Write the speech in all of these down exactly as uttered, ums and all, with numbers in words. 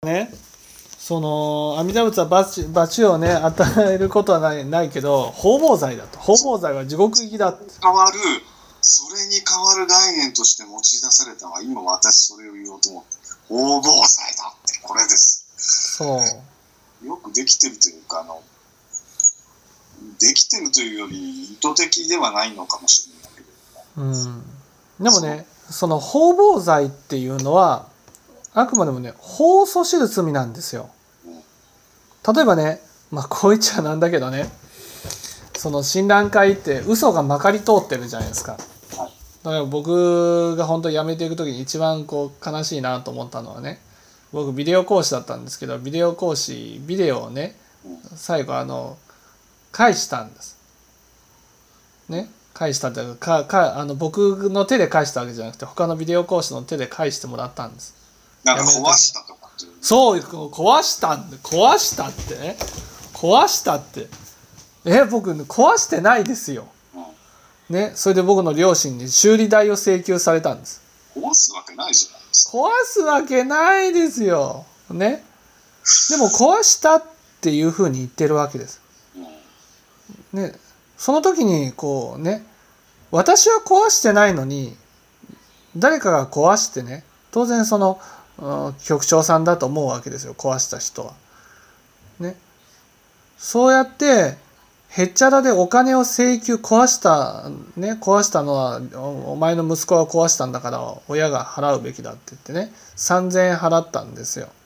ね、その阿弥陀仏は罰、罰をね与えることはない、ないけど方々罪だと、方々罪は地獄行きだって。 変わる、それに変わる概念として持ち出されたのは、今私それを言おうと思って、方々罪だってこれです。 そうよくできてるというか、あのできてるというより意図的ではないのかもしれないけど、 うん、でもね、その方々罪っていうのはあくまでもね法を阻止る罪なんですよ。例えばね、まあこう言っちゃなんだけどね、その親鸞会って嘘がまかり通ってるじゃないですか。だから僕が本当に辞めていく時に一番こう悲しいなと思ったのはね、僕ビデオ講師だったんですけど、ビデオ講師ビデオをね最後あの返したんですね。返したっていうか、かあの僕の手で返したわけじゃなくて他のビデオ講師の手で返してもらったんです。 なんか壊したとかっていう。 そう、壊したんで、壊したってね、壊したってえ僕壊してないですよ、ね、それで僕の両親に修理代を請求されたんです。 壊すわけないじゃないですか。 壊すわけないですよ、ね、でも壊したっていうふうに言ってるわけです、ね、その時にこうね、私は壊してないのに誰かが壊してね、当然その、うん、局長さんだと思うわけですよ、壊した人は、ね、そうやってへっちゃらでお金を請求、壊したね、壊したのはお前の息子が壊したんだから親が払うべきだって言ってね、さんぜんえん払ったんですよ。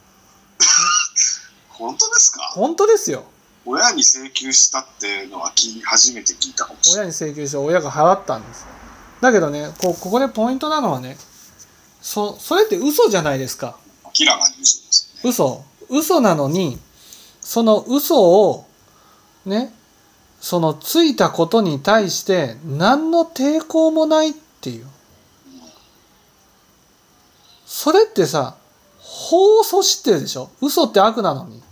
本当ですか？ 本当ですよ。 親に請求したっていうのは初めて聞いたかもしれない。 親に請求して親が払ったんです。だけどね、こここでポイントなのはね、そそれって嘘じゃないですか。 明らかに嘘ですよね。 嘘嘘なのに、その嘘をね、そのついたことに対して何の抵抗もないっていう、それってさ、法を阻止ってるでしょ。嘘って悪なのに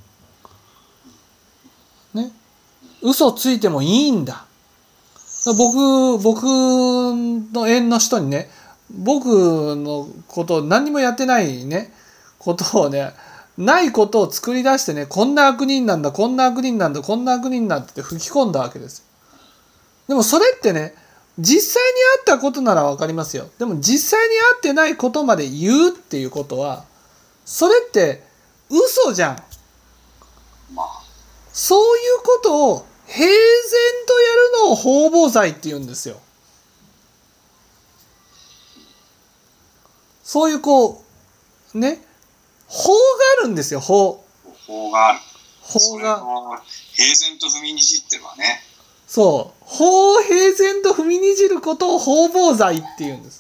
ね、嘘ついてもいいんだ。僕僕の縁の人にね、僕のことを何にもやってないねことをね、ないことを作り出してね、こんな悪人なんだこんな悪人なんだこんな悪人なんだって吹き込んだわけです。でもそれってね、実際にあったことなら分かりますよ。でも実際にあってないことまで言うっていうことは、それって嘘じゃん。 まあ、 そういうことを平然とやるのを方々罪って言うんですよ。そういうこうね、法があるんですよ。法法がある。 法がそれを平然と踏みにじってはね。 そう、法を平然と踏みにじることを方々罪って言うんです。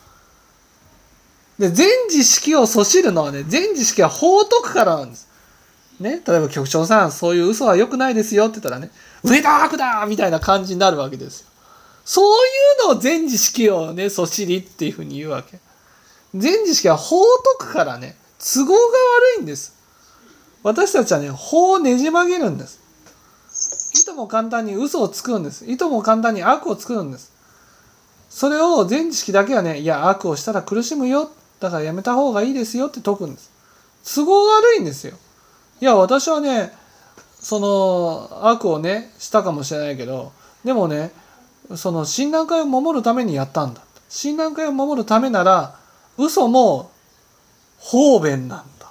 で、全知識を阻止るのはね、全知識は法を解くからなんです。ね、例えば局長さん、そういう嘘は良くないですよって言ったらね、上だ悪だみたいな感じになるわけですよ。そういうのを全知識をね、阻止りっていうふうに言うわけ。全知識は法を解くからね、都合が悪いんです。私たちはね、法をねじ曲げるんです。いとも簡単に嘘を作るんです。いとも簡単に悪を作るんです。それを全知識だけはね、いや悪をしたら苦しむよ、だからやめた方がいいですよって説くんです。都合が悪いんですよ。いや私はね、その悪をねしたかもしれないけど、でもね、その親鸞会を守るためにやったんだ。親鸞会を守るためなら嘘も方便なんだ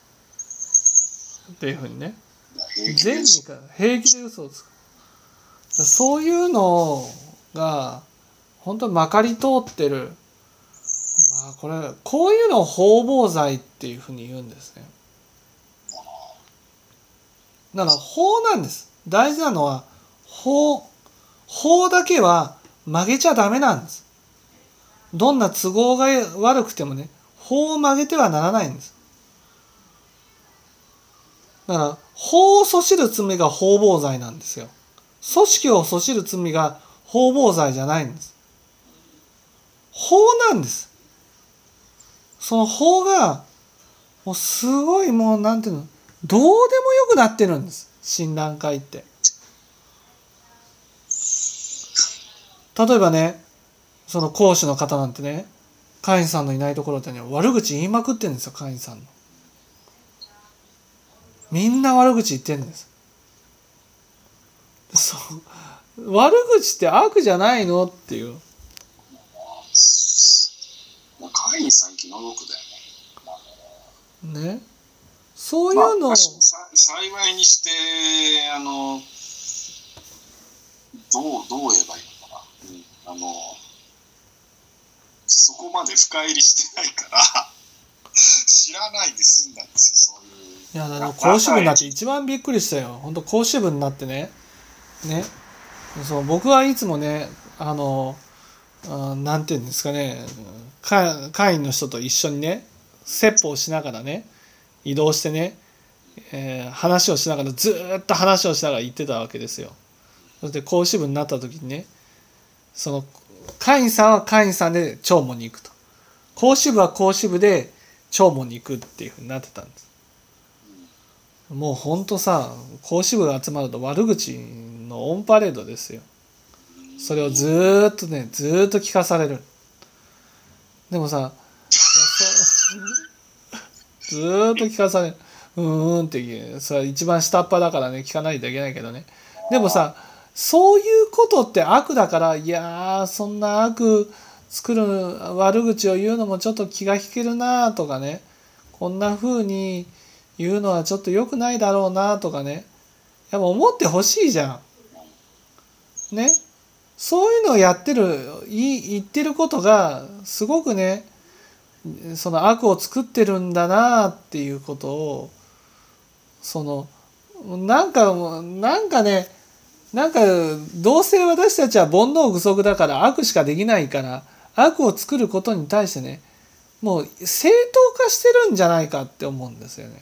っていうふうにね、善にから平気で嘘をつく。そういうのが本当にまかり通ってる。まあこれこういうのを方々罪っていうふうに言うんですね。だから法なんです。大事なのは法。法だけは曲げちゃダメなんです。どんな都合が悪くてもね、法を曲げてはならないんです。だから法を阻止る罪が方々罪なんですよ。組織を阻止る罪が方々罪じゃないんです。法なんです。その法がもうすごいもうなんていうの、どうでもよくなってるんです。親鸞会って。例えばね、その講師の方なんてね、会員さんのいないところでね、悪口言いまくってるんですよ、会員さんの。 みんな悪口言ってんです。そう悪口って悪じゃないのっていう。 カインさん気の毒だよね。 ね、そういうのを、 まあ、幸いにしてあのどうどう言えばいいのかな、うん、あのそこまで深入りしてないから知らないで済んだんですよ。そういういやだから講師部になって一番びっくりしたよ。本当講師部になってねね、そう僕はいつもねあのあなんていうんですかね、会員の人と一緒にね説法しながらね移動してね、えー、話をしながらずっと話をしながら言ってたわけですよ。そして講師部になった時にね、その会員さんは会員さんで聴聞に行くと、講師部は講師部で聴聞に行くっていうふうになってたんです。もうほんとさ、講師部が集まると悪口のオンパレードですよ。それをずーっとねずーっと聞かされる。でもさずーっと聞かされる。うーんっていう、それは一番下っ端だからね聞かないといけないけどね。でもさ、そういうことって悪だから、いやーそんな悪作る悪口を言うのもちょっと気が引けるなとかね、こんな風に言うのはちょっと良くないだろうなとかね、やっぱ思ってほしいじゃんね。そういうのをやってる言ってることがすごくね、その悪を作ってるんだなっていうことを、そのなんかなんかねなんかどうせ私たちは煩悩具足だから悪しかできないから悪を作ることに対してねもう正当化してるんじゃないかって思うんですよね。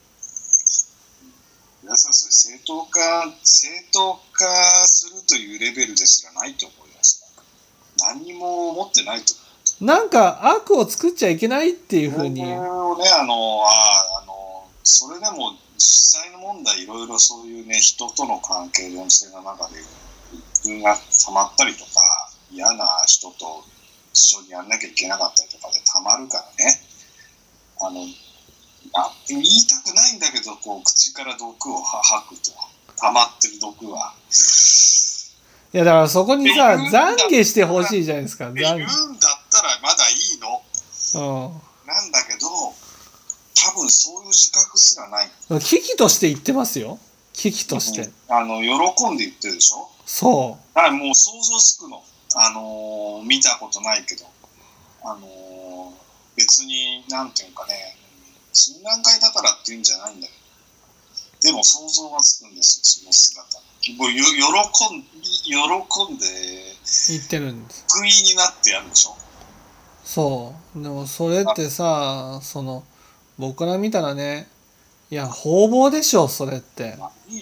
皆さんそれ正当化正当化するというレベルですらないと思います。何にも思ってないと思う。 なんか悪を作っちゃいけないっていうふうに、 ね、あのああのそれでも実際の問題いろいろそういうね人との関係の性の中で鬱憤が溜まったりとか嫌な人と一緒にやんなきゃいけなかったりとかで溜まるからね、あのあ言いたくないんだけどこう口から毒を吐くと溜まってる毒は。 いやだからそこにさ懺悔してほしいじゃないですか。 言うんだったらまだいいの、うん、なんだけど多分そういう自覚すらない。 危機として言ってますよ。危機として、 うん、あの喜んで言ってるでしょ。 そうだからもう想像つくの、あのー、見たことないけど、あのー、別になんていうかね診断会だからっていうんじゃないんだけど、でも想像はつくんですよその姿。もうよ喜ん喜んで言ってるんです。 福音になってやるでしょ。 そうでもそれってさその僕ら見たらね、いや方々でしょそれって。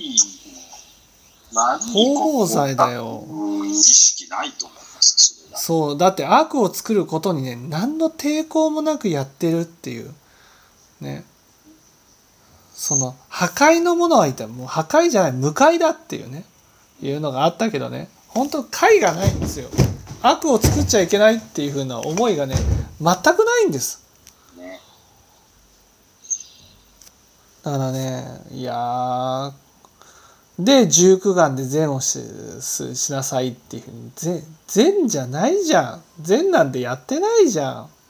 方々罪だよ。 意識ないと思いますそれが。 そうだって悪を作ることにね何の抵抗もなくやってるっていうね。その破壊のものはいたもう破壊じゃない無解だっていうねいうのがあったけどね、本当解がないんですよ。悪を作っちゃいけないっていう風な思いがね全くないんです。だからねいやで十九願で善を し, しなさいっていうふうに善じゃないじゃん。善なんてやってないじゃん。